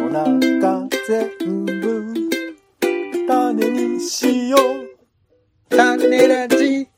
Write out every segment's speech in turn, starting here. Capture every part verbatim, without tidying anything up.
の中全部種にしよう。種ラジ。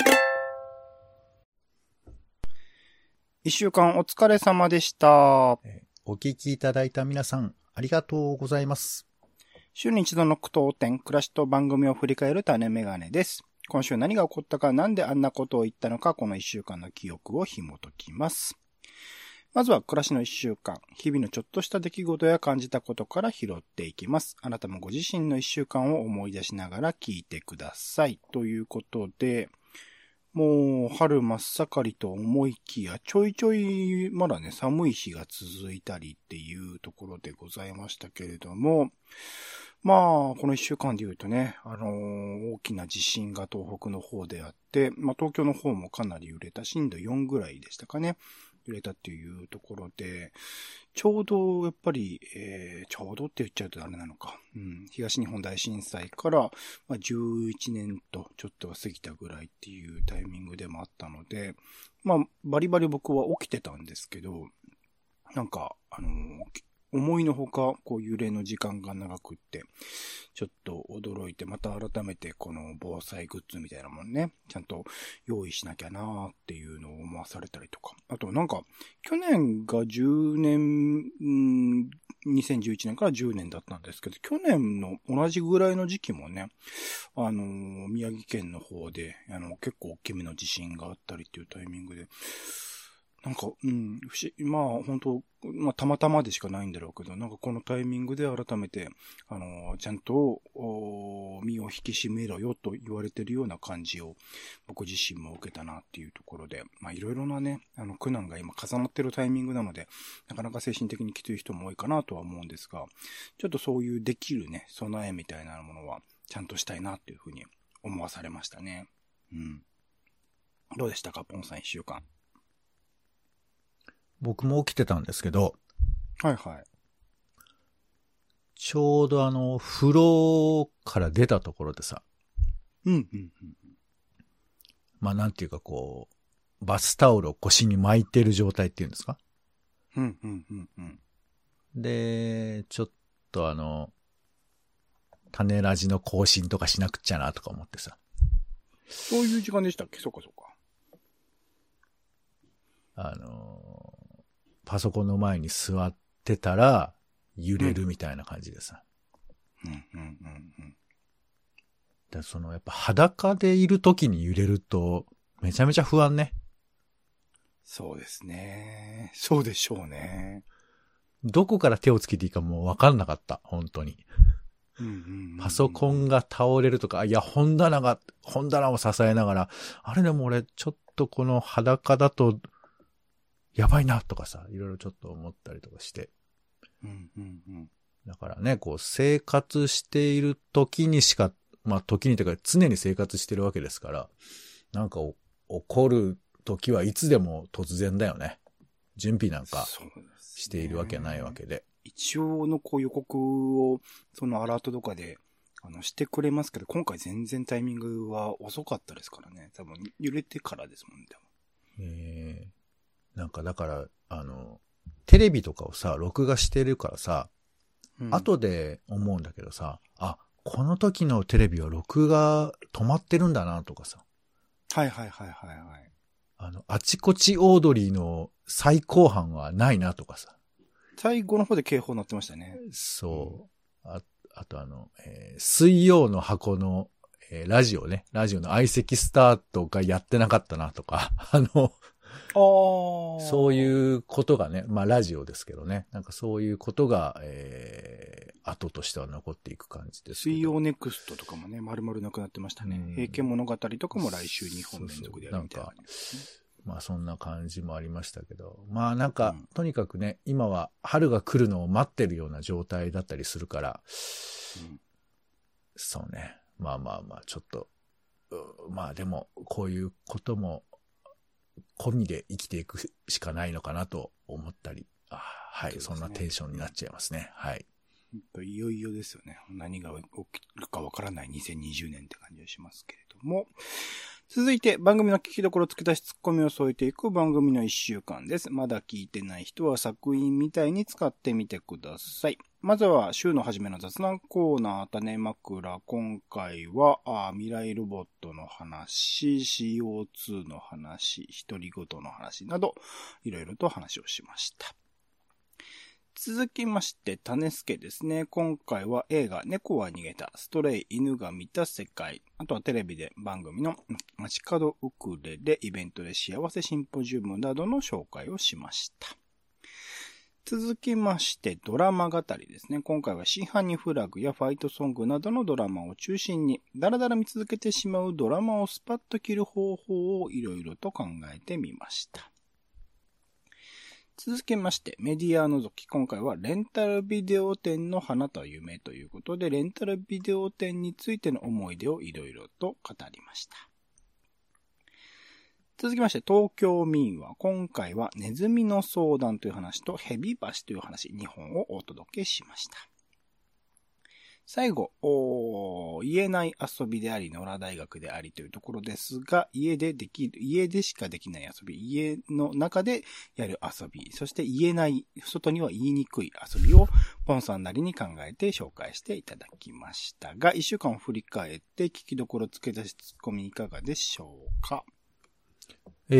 一週間お疲れ様でした。お聞きいただいた皆さん、ありがとうございます。 週に一度の句読点、暮らしと番組を振り返る種メガネです。今週何が起こったか、なんであんなことを言ったのか、この一週間の記憶を紐解きます。まずは暮らしの一週間、日々のちょっとした出来事や感じたことから拾っていきます。あなたもご自身の一週間を思い出しながら聞いてください。ということで、もう春真っ盛りと思いきや、ちょいちょいまだね、寒い日が続いたりっていうところでございましたけれども、まあ、この一週間で言うとね、あのー、大きな地震が東北の方であって、まあ東京の方もかなり揺れた、震度よんぐらいでしたかね。揺れたっていうところで、ちょうどやっぱり、えー、ちょうどって言っちゃうとあれなのか、うん、東日本大震災から、まあ、じゅういちねんとちょっとは過ぎたぐらいっていうタイミングでもあったので、まあバリバリ僕は起きてたんですけど、なんかあのー、思いのほかこう揺れの時間が長くって、ちょっと驚いて、また改めてこの防災グッズみたいなもんね、ちゃんと用意しなきゃなーっていうのを思わされたりとか。あとなんか、去年がじゅうねん、んにせんじゅういちねんからじゅうねんだったんですけど、去年の同じぐらいの時期もね、あのー、宮城県の方で、あの、結構大きめの地震があったりっていうタイミングで、なんか、うん、不思議、まあ、本当まあ、たまたまでしかないんだろうけど、なんかこのタイミングで改めて、あの、ちゃんと、身を引き締めろよと言われてるような感じを、僕自身も受けたなっていうところで、まあ、いろいろなね、あの、苦難が今重なってるタイミングなので、なかなか精神的にきつい人も多いかなとは思うんですが、ちょっとそういうできるね、備えみたいなものは、ちゃんとしたいなっていうふうに思わされましたね。うん。どうでしたか、ポンさん一週間。 僕も起きてたんですけど、 はいはい。 ちょうどあの、風呂から出たところでさ、 うんうんうん。 まあなんていうかこう、バスタオルを腰に巻いてる状態っていうんですか？ うんうんうんうん。 で、ちょっとあの、種ラジの更新とかしなくちゃなとか思ってさ。 そういう時間でしたっけ？そうかそうか。 あの、パソコンの前に座ってたら揺れるみたいな感じでさ。 うんうんうんうん。 でそのやっぱ裸でいる時に揺れるとめちゃめちゃ不安ね。 そうですね。そうでしょうね。 どこから手をつけていいかもう分かんなかった。本当に。 うんうんうんうん、 パソコンが倒れるとか、いや本棚が、本棚を支えながら、あれでも俺ちょっとこの裸だとやばいなとかさ、いろいろちょっと思ったりとかして。 うんうんうん、 だからね、こう生活している時にしか、まあ時にというか常に生活してるわけですから、なんか起こる時はいつでも突然だよね。準備なんかしているわけはないわけで。で一応のこう予告をそのアラートとかであのしてくれますけど、今回全然タイミングは遅かったですからね。多分揺れてからですもんね。 えーなんかだから、あの、テレビとかをさ、録画してるからさ、うん、後で思うんだけどさ、あ、この時のテレビは録画止まってるんだなとかさ。 はいはいはいはいはい。 あの、あちこちオードリーの最高版はないなとかさ。 最後の方で警報鳴ってましたね。 そう。うん、あ, あとあの、えー、水曜の箱の、えー、ラジオね、ラジオの相席スタートがやってなかったなとか、あの、 あそういうことがね、まあラジオですけどね、なんかそういうことが、えー、後としては残っていく感じですけど。 水曜ネクストとかもね、丸々なくなってましたね。平家物語とかも来週にほん連続でやるみたいな感じですね。 そうそうなんか、まあそんな感じもありましたけど、まあなんか、うん、とにかくね、今は春が来るのを待ってるような状態だったりするから、うん、そうね、まあまあまあちょっと、まあでもこういうことも、込みで生きていくしかないのかなと思ったり、あはい、 そ, ね、そんなテンションになっちゃいますね。はい。 いよいよですよね。何が起きるかわからないにせんにじゅうねんって感じがしますけれども。 続いて番組の聞きどころ付け出しツッコミを添えていく番組のいっしゅうかんです。まだ聞いてない人は作品みたいに使ってみてください。まずは週の初めの雑談コーナー、種枕。今回はあ未来ロボットの話、シーオーツー の話、独り言の話など、いろいろと話をしました。続きまして、種助ですね。今回は映画、猫は逃げた、ストレイ、犬が見た世界。あとはテレビで番組の街角ウクレレ、イベントで幸せシンポジウムなどの紹介をしました。続きまして、ドラマ語りですね。今回は真犯人フラグやファイトソングなどのドラマを中心に、だらだら見続けてしまうドラマをスパッと切る方法をいろいろと考えてみました。続きまして、メディア覗き。今回はレンタルビデオ店の花と夢ということで、レンタルビデオ店についての思い出をいろいろと語りました。続きまして、東京民話。今回はネズミの相談という話とヘビ橋という話、にほんをお届けしました。最後、言えない遊びであり、野良大学でありというところですが、家でできる、家でしかできない遊び、家の中でやる遊び、そして言えない、外には言いにくい遊びをポンさんなりに考えて紹介していただきましたが、いっしゅうかんを振り返って聞きどころ付け出しツッコミいかがでしょうか。 え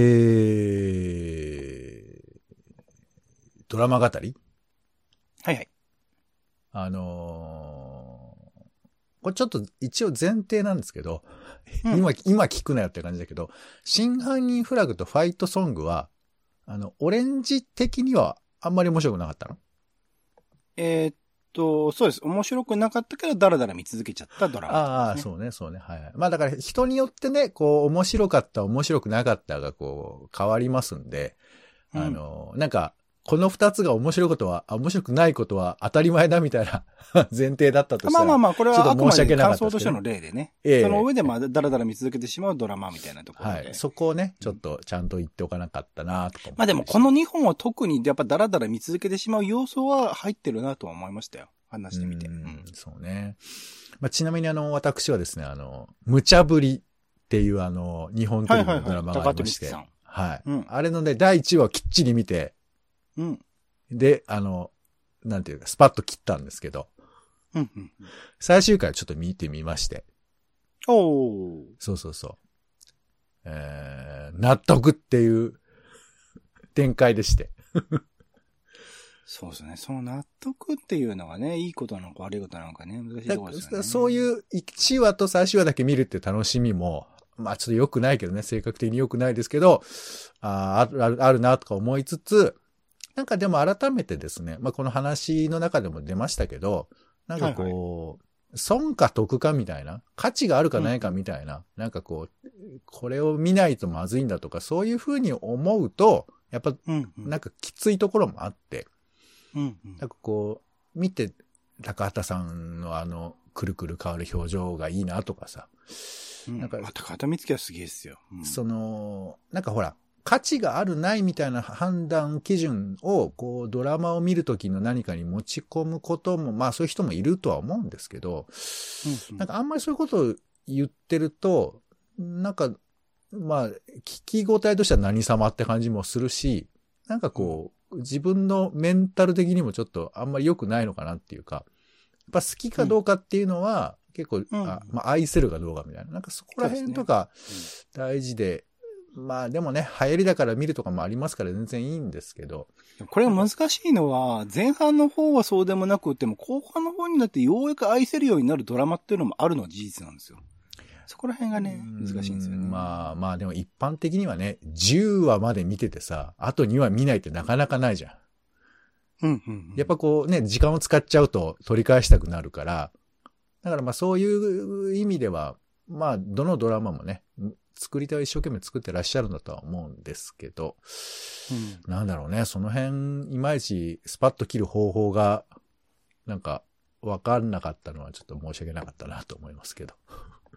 ー、ドラマ語り？ はいはい。 あのー、これちょっと一応前提なんですけど、うん、今、今聞くなよって感じだけど、真犯人フラグとファイトソングは、あの、オレンジ的にはあんまり面白くなかったの？ えー、っと、そうです。面白くなかったけど、だらだら見続けちゃったドラマ、ね。 ああ、そうね、そうね。はい。まあだから人によってね、こう、面白かった、面白くなかったがこう、変わりますんで、うん、あの、なんか、この二つが面白いことは、面白くないことは当たり前だみたいな前提だったとしたら。 まあまあまあ、これはあくまで感想としての例でね。 ええ、 その上でまあ、だらだら見続けてしまうドラマみたいなところで。 はい。そこをね、ちょっとちゃんと言っておかなかったなとか思って。 まあでも、このにほんは特にやっぱだらだら見続けてしまう要素は入ってるなとは思いましたよ。話してみて。 うん、そうね。まあ、ちなみにあの、私はですね、あの、無茶ぶりっていうあの、日本テレビのドラマがありまして。はいはいはい、はい、うん。あれのね、だいいちわをきっちり見て、 うん。 で、あの、なんていうか、スパッと切ったんですけど、 うんうん、 最終回をちょっと見てみまして。 おー。 そうそうそう。えー、納得っていう展開でして。 そうですね。その納得っていうのがね、いいことなのか悪いことなのかね、難しいところですよね。 そういういちわと最終話だけ見るっていう楽しみも、まあちょっと良くないけどね、性格的に良くないですけど、あある、あるなとか思いつつ、なんかでも改めてですね、まあこの話の中でも出ましたけど、なんかこう、はいはい、損か得かみたいな、価値があるかないかみたいな、うん、なんかこう、これを見ないとまずいんだとか、そういうふうに思うと、やっぱ、なんかきついところもあって、 うんうん、 なんかこう、見て、高畑さんのあの、くるくる変わる表情がいいなとかさ。 うん、なんか、高畑充希はすげえっすよ、 うん。その、なんかほら、価値があるないみたいな判断基準を、こう、ドラマを見るときの何かに持ち込むことも、まあそういう人もいるとは思うんですけど、うんうん、なんかあんまりそういうことを言ってると、なんか、まあ、聞き応えとしては何様って感じもするし、なんかこう、うん、自分のメンタル的にもちょっとあんまり良くないのかなっていうか、やっぱ好きかどうかっていうのは、結構、うん、あまあ愛せるかどうかみたいな。なんかそこら辺とか大事で、まあでもね、流行りだから見るとかもありますから全然いいんですけど。 これが難しいのは、前半の方はそうでもなくても、後半の方になってようやく愛せるようになるドラマっていうのもあるのは事実なんですよ。そこら辺がね、難しいんですよね。 まあまあでも一般的にはね、じゅうわまで見ててさ、あとにわ見ないってなかなかないじゃん。 うんうんうん、 やっぱこうね、時間を使っちゃうと取り返したくなるから、だからまあそういう意味では、まあどのドラマもね、作り手は一生懸命作ってらっしゃるんだとは思うんですけど、うん、なんだろうね、その辺いまいちスパッと切る方法がなんか分かんなかったのはちょっと申し訳なかったなと思いますけど。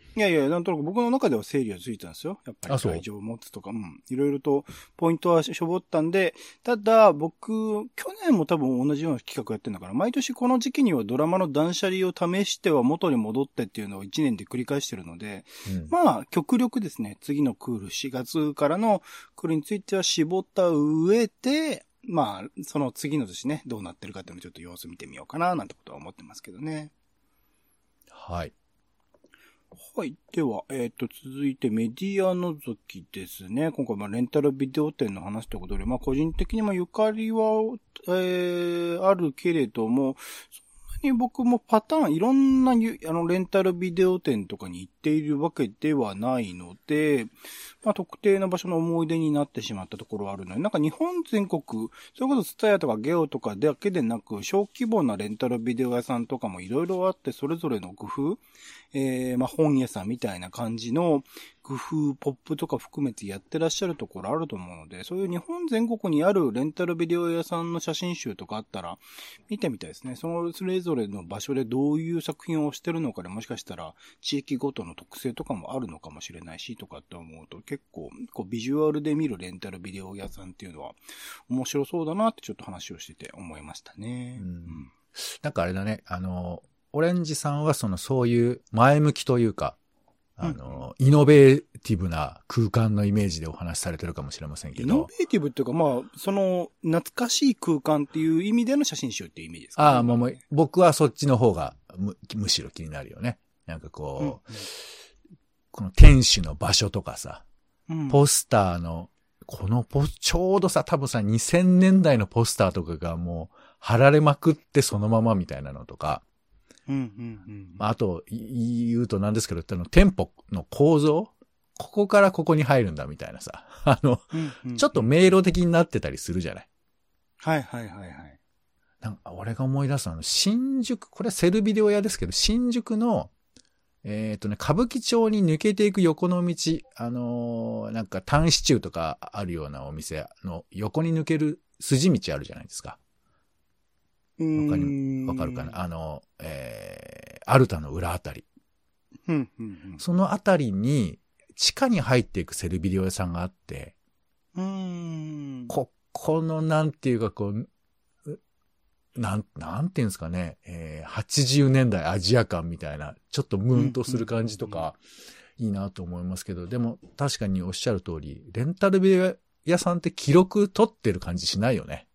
いやいや、なんとなく僕の中では整理はついたんですよ。やっぱり愛情を持つとか、うん。いろいろとポイントはしょぼったんで、ただ僕、去年も多分同じような企画やってんだから、毎年この時期にはドラマの断捨離を試しては元に戻ってっていうのをいちねんで繰り返してるので、うん、まあ、極力ですね、次のクール、しがつからのクールについては絞った上で、まあ、その次の年ね、どうなってるかっていうのをちょっと様子見てみようかな、なんてことは思ってますけどね。 はい。 はい。では、えっと、続いてメディア覗きですね。今回、まあ、レンタルビデオ店の話ということで、まあ、個人的にもゆかりは、えー、あるけれども、そんなに僕もパターン、いろんな、あの、レンタルビデオ店とかに行っているわけではないので、まあ、特定の場所の思い出になってしまったところはあるので、なんか日本全国、それこそスタヤとかゲオとかだけでなく、小規模なレンタルビデオ屋さんとかもいろいろあって、それぞれの工夫、えー、まあ、本屋さんみたいな感じの工夫、ポップとか含めてやってらっしゃるところあると思うので、そういう日本全国にあるレンタルビデオ屋さんの写真集とかあったら見てみたいですね。そのそれぞれの場所でどういう作品をしてるのかで、もしかしたら地域ごとの特性とかもあるのかもしれないしとかって思うと、結構こうビジュアルで見るレンタルビデオ屋さんっていうのは面白そうだなってちょっと話をしてて思いましたね。 うん、なんかあれだね、あの、オレンジさんはそのそういう前向きというか、あの、うん、イノベーティブな空間のイメージでお話しされてるかもしれませんけど。 イノベーティブっていうか、まあ、その、懐かしい空間っていう意味での写真集っていうイメージですか、ね、 ああ、もう、僕はそっちの方がむ、むしろ気になるよね。なんかこう、うんうん、この店主の場所とかさ、うん、ポスターの、このポス、ちょうどさ、多分さ、にせんねんだいのポスターとかがもう、貼られまくってそのままみたいなのとか、 うんうんうん、 あと、言うとなんですけど、店舗の構造ここからここに入るんだみたいなさ。あの、うんうんうん、ちょっと迷路的になってたりするじゃない。 はいはいはいはい。 なんか、俺が思い出すのは、新宿、これはセルビデオ屋ですけど、新宿の、えっとね、歌舞伎町に抜けていく横の道、あのー、なんか、タンシチューとかあるようなお店の横に抜ける筋道あるじゃないですか。わかり、わかるかなあの、えー、アルタの裏あたり。 うんうんうん、 そのあたりに、地下に入っていくセルビデオ屋さんがあって、 うーんここのなんていうかこう、なん、なんていうんですかね、えー、はちじゅうねんだいアジア感みたいな、ちょっとムーンとする感じとか、いいなと思いますけど、でも確かにおっしゃる通り、レンタルビデオ屋さんって記録取ってる感じしないよね。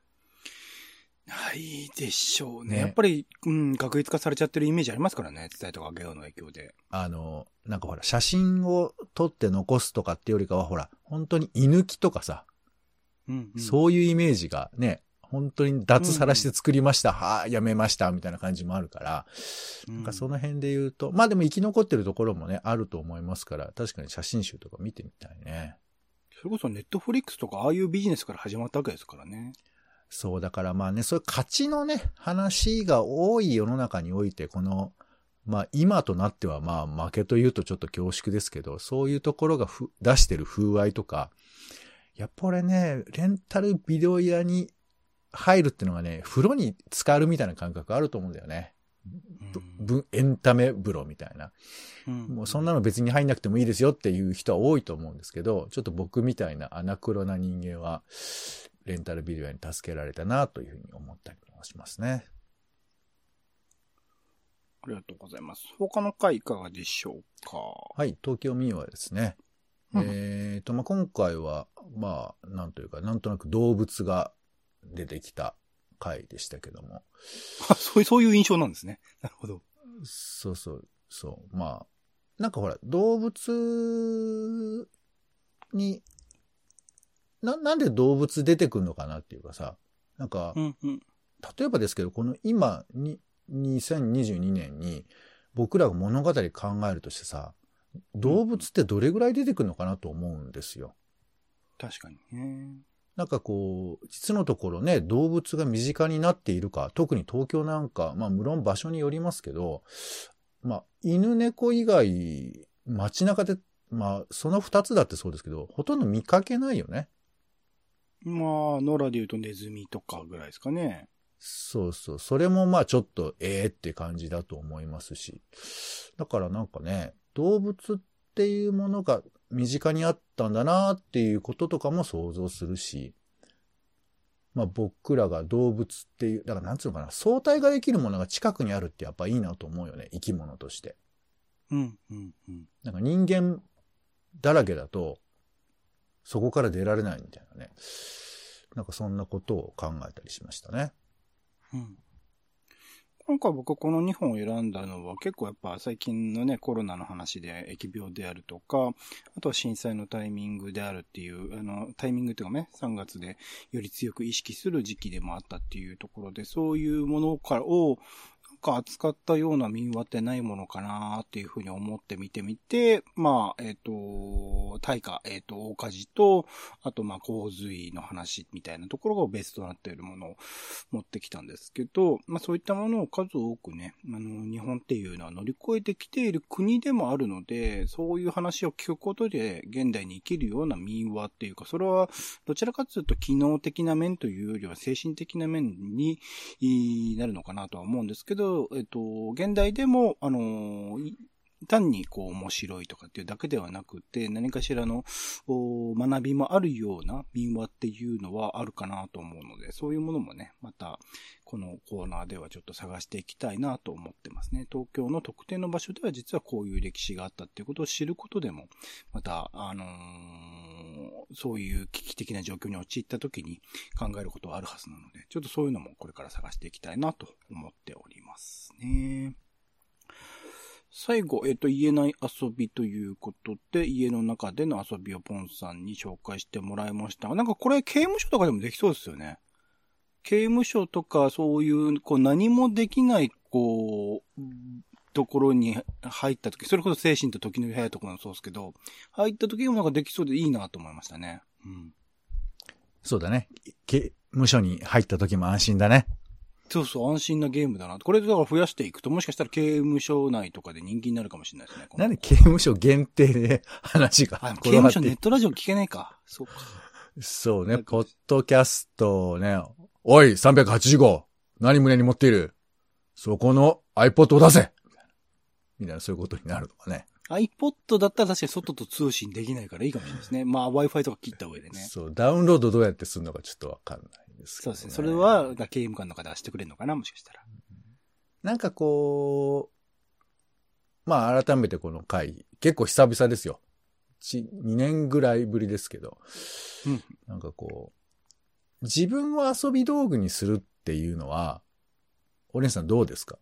ないでしょうね。ねやっぱり、うん、確立化されちゃってるイメージありますからね。伝えとかゲオの影響で。 あの、なんかほら、写真を撮って残すとかってよりかは、ほら、本当に居抜きとかさ、 うんうん、 そういうイメージがね、本当に脱サラして作りました、うん、はぁ、やめました、みたいな感じもあるから、うん、なんかその辺で言うと、まあでも生き残ってるところもね、あると思いますから、確かに写真集とか見てみたいね。 それこそネットフリックスとか、ああいうビジネスから始まったわけですからね。 そう、だからまあね、そういう価値のね、話が多い世の中において、この、まあ今となってはまあ負けというとちょっと恐縮ですけど、そういうところがふ出してる風合いとか、やっぱ俺ね、レンタルビデオ屋に入るっていうのがね、風呂に浸かるみたいな感覚あると思うんだよね。ぶエンタメ風呂みたいな、うん。もうそんなの別に入んなくてもいいですよっていう人は多いと思うんですけど、ちょっと僕みたいなアナクロな人間は、レンタルビデオに助けられたなというふうに思ったりもしますね。 ありがとうございます。他の回いかがでしょうか。 はい、東京民話ですね。うん、えっと、まあ、今回は、まあ、なんというか、なんとなく動物が出てきた回でしたけども。 あ、そういう、そういう印象なんですね。なるほど。 そうそう、そう。まあ、なんかほら、動物に、な、なんで動物出てくるのかなっていうかさ、なんか、 うんうん、 例えばですけど、この今に、にせんにじゅうにねんに僕らが物語考えるとしてさ、動物ってどれぐらい出てくるのかなと思うんですよ。 確かにね。 なんかこう、実のところね、動物が身近になっているか、特に東京なんか、まあ無論場所によりますけど、まあ犬猫以外、街中で、まあその二つだってそうですけど、ほとんど見かけないよね。 まあ、野良で言うとネズミとかぐらいですかね。 そうそう。それもまあちょっと、ええって感じだと思いますし。だからなんかね、 動物っていうものが身近にあったんだなっていうこととかも想像するし、まあ僕らが動物っていう、だからなんつうのかな、相対ができるものが近くにあるってやっぱいいなと思うよね、生き物として。 うんうんうん。 なんか人間だらけだと、そこから出られないみたいなね。なんかそんなことを考えたりしましたね。 うん。今回僕このにほんを選んだのは結構やっぱ最近のねコロナの話で疫病であるとか、あとは震災のタイミングであるっていう、あのタイミングっていうかね、さんがつでより強く意識する時期でもあったっていうところで、そういうものからをなんか扱ったような民話ってないものかなっていうふうに思って見てみて、まあ、えっ、と、大火、えっ、と、大火事と、あとまあ洪水の話みたいなところがベースとなっているものを持ってきたんですけど、まあそういったものを数多くね、あの、日本っていうのは乗り越えてきている国でもあるので、そういう話を聞くことで現代に生きるような民話っていうか、それはどちらかというと機能的な面というよりは精神的な面になるのかなとは思うんですけど、えっと、現代でも、あの、単にこう面白いとかっていうだけではなくて、何かしらの学びもあるような民話っていうのはあるかなと思うので、そういうものもね、またこのコーナーではちょっと探していきたいなと思ってますね。東京の特定の場所では実はこういう歴史があったっていうことを知ることでも、また、あのー、そういう危機的な状況に陥った時に考えることはあるはずなので、ちょっとそういうのもこれから探していきたいなと思っておりますね。最後、えっと、言えない遊びということで、家の中での遊びをポンさんに紹介してもらいましたが、なんかこれ刑務所とかでもできそうですよね。刑務所とかそういう、こう何もできない、こう、ところに入った時、それこそ精神と時の部屋とかもそうですけど、入った時もなんかできそうでいいなと思いましたね。うん。 そうだね。刑務所に入った時も安心だね。 そうそう、安心なゲームだな。これでだから増やしていくと、もしかしたら刑務所内とかで人気になるかもしれないですね。 なんで刑務所限定で話が。 あ、刑務所ネットラジオ聞けないか。そうか。 そうね、ポッドキャストね。おい、さんびゃくはちじゅうご! 何胸に持っている？そこの iPod を出せ！みたいな、そういうことになるのかね。 iPod だったら確かに外と通信できないからいいかもしれないですね。まあ Wi-Fi とか切った上でね。 そう、ダウンロードどうやってするのかちょっとわかんないですけど、ね。 そうですね。それは、刑務官の方はしてくれるのかな、もしかしたら。 なんかこう、まあ改めてこの回、結構久々ですよ。にねんぐらいぶりですけど。うん、なんかこう、自分を遊び道具にするっていうのは、お姉さんどうですか？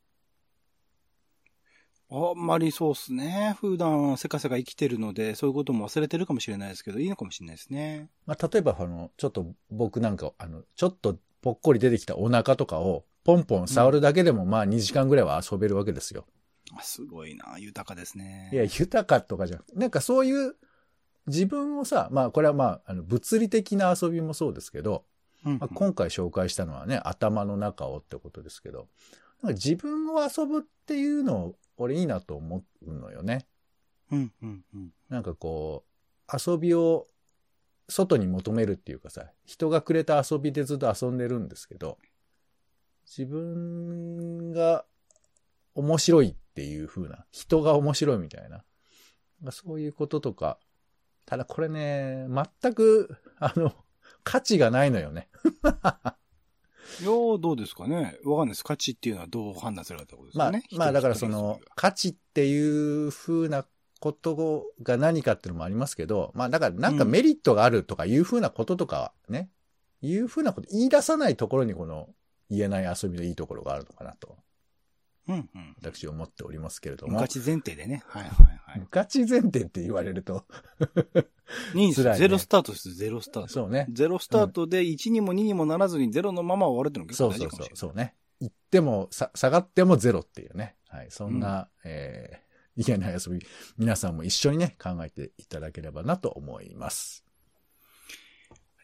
あんまりそうっすね。普段せかせか生きてるので、そういうことも忘れてるかもしれないですけど、いいのかもしれないですね。 まあ、例えば、あの、ちょっと僕なんか、あの、ちょっとぽっこり出てきたお腹とかを、ポンポン触るだけでも、まあにじかんぐらいは遊べるわけですよ。 うん、すごいな。豊かですね。 いや、豊かとかじゃなくて、なんかそういう、自分をさ、まあこれはまあ、あの物理的な遊びもそうですけど、うんうん、まあ、今回紹介したのはね、頭の中をってことですけど、なんか自分を遊ぶっていうのを、俺いいなと思うのよね。 うんうんうん。 なんかこう、遊びを外に求めるっていうかさ、人がくれた遊びでずっと遊んでるんですけど、自分が面白いっていう風な、人が面白いみたいな、そういうこととか、ただこれね、全く、あの、価値がないのよね。 いやー、どうですかね。わかんないです。価値っていうのはどう判断するかってことですよね。 まあ、まあだからその、価値っていう風なことが何かっていうのもありますけど、まあだからなんかメリットがあるとかいう風なこととかね、うん、いう風なこと言い出さないところにこの言えない遊びのいいところがあるのかなと。 うんうん。 私思っておりますけれども。 無価値前提でね。はいはいはい。 無価値前提って言われると。 いいんですよ。ね、ゼロスタートです。ゼロスタート。 そうね。 ゼロスタートでいちにもににもならずにゼロのまま終わるっていうのが結構大事かもしれない。 そうそうそう。そうね。行っても、さ、下がってもゼロっていうね。はい。そんな、うん、えー、嫌な遊び、皆さんも一緒にね、考えていただければなと思います。 ありがとうございます。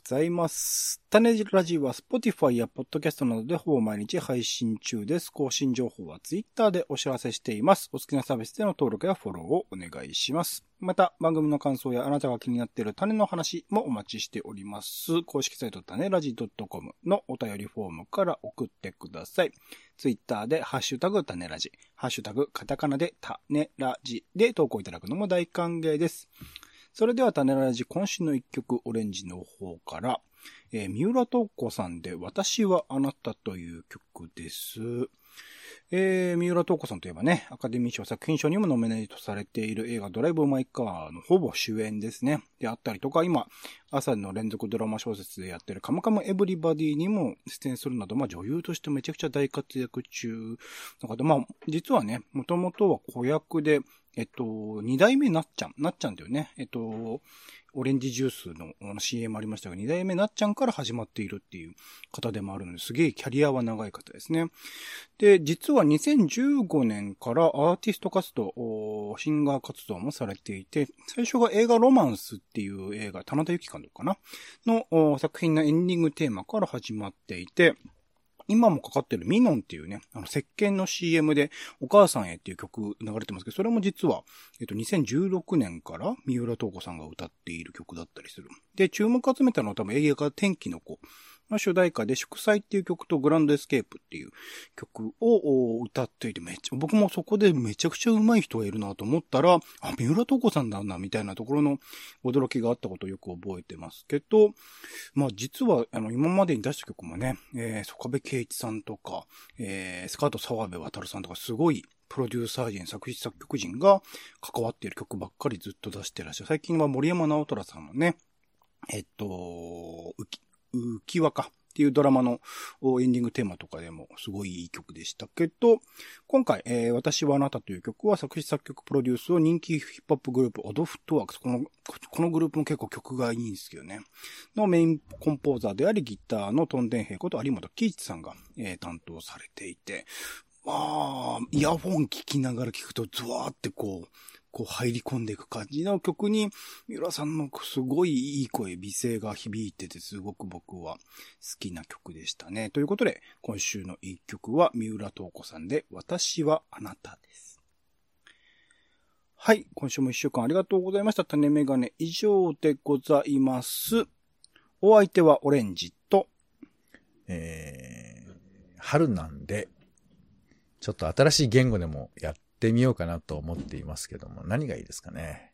ざいます。種ラジは Spotify や Podcast などでほぼ毎日配信中です。更新情報は Twitter でお知らせしています。お好きなサービスでの登録やフォローをお願いします。また、番組の感想やあなたが気になっている種の話もお待ちしております。公式サイト種ラジ .com のお便りフォームから送ってください。Twitter でハッシュタグ種ラジ、ハッシュタグカタカナで種ラジで投稿いただくのも大歓迎です。それでは種ラジ今週の一曲オレンジの方から、えー、三浦透子さんで私はあなたという曲です。えー、三浦透子さんといえばね、アカデミー賞作品賞にもノミネートされている映画ドライブ・マイ・カーのほぼ主演ですね。であったりとか、今、朝の連続ドラマ小説でやってるカムカムエブリバディにも出演するなど、まあ女優としてめちゃくちゃ大活躍中の方、まあ実はね、もともとは子役で、えっと、二代目なっちゃん、なっちゃんというね、えっと、オレンジジュースの シーエム ありましたが、二代目なっちゃんから始まっているっていう方でもあるので、すげえキャリアは長い方ですね。で、実はにせんじゅうごねんからアーティスト活動、シンガー活動もされていて、最初が映画ロマンスっていう映画、棚田由紀監督かなの作品のエンディングテーマから始まっていて、今もかかってるミノンっていうね、あの、石鹸の シーエム でお母さんへっていう曲流れてますけど、それも実は、えっと、にせんじゅうろくねんから三浦透子さんが歌っている曲だったりする。で、注目を集めたのは多分映画天気の子の主題歌で祝祭っていう曲とグランドエスケープっていう曲を歌っていてめっちゃ、僕もそこでめちゃくちゃ上手い人がいるなと思ったら、あ、三浦透子さんだなみたいなところの驚きがあったことをよく覚えてますけど、まあ実はあの今までに出した曲もね、えー、曽我部圭一さんとか、えー、スカート澤部渉さんとかすごいプロデューサー陣、作詞作曲陣が関わっている曲ばっかりずっと出してらっしゃる。最近は森山直虎さんのね、えっと、浮き浮き輪かっていうドラマのエンディングテーマとかでもすごいいい曲でしたけど、今回、えー、私はあなたという曲は作詞作曲プロデュースを人気ヒップホップグループオドフットワークス、この、このグループも結構曲がいいんですけどね、のメインコンポーザーでありギターのトンデンヘイこと有本喜一さんが、えー、担当されていて、まあ、イヤホン聞きながら聞くとズワーってこう、こう入り込んでいく感じの曲に、三浦さんのすごいいい声、美声が響いててすごく僕は好きな曲でしたね。ということで、今週の一曲は三浦透子さんで、私はあなたです。はい、今週も一週間ありがとうございました。種メガネ以上でございます。お相手はオレンジと、 えー、春なんで、ちょっと新しい言語でもやってやってみようかなと思っていますけども、何がいいですかね。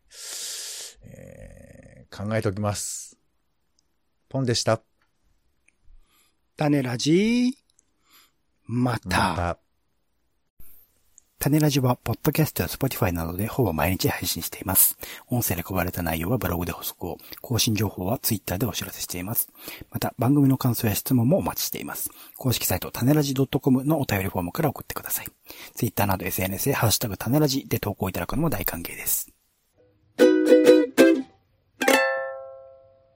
えー、考えておきます。ポンでした。 種ラジまた。また。種ラジは、ポッドキャストや Spotify などでほぼ毎日配信しています。音声で配られた内容はブログで補足を、更新情報は Twitter でお知らせしています。また、番組の感想や質問もお待ちしています。公式サイト、種ラジ .com のお便りフォームから送ってください。Twitter など エスエヌエス でハッシュタグ種ラジで投稿いただくのも大歓迎です。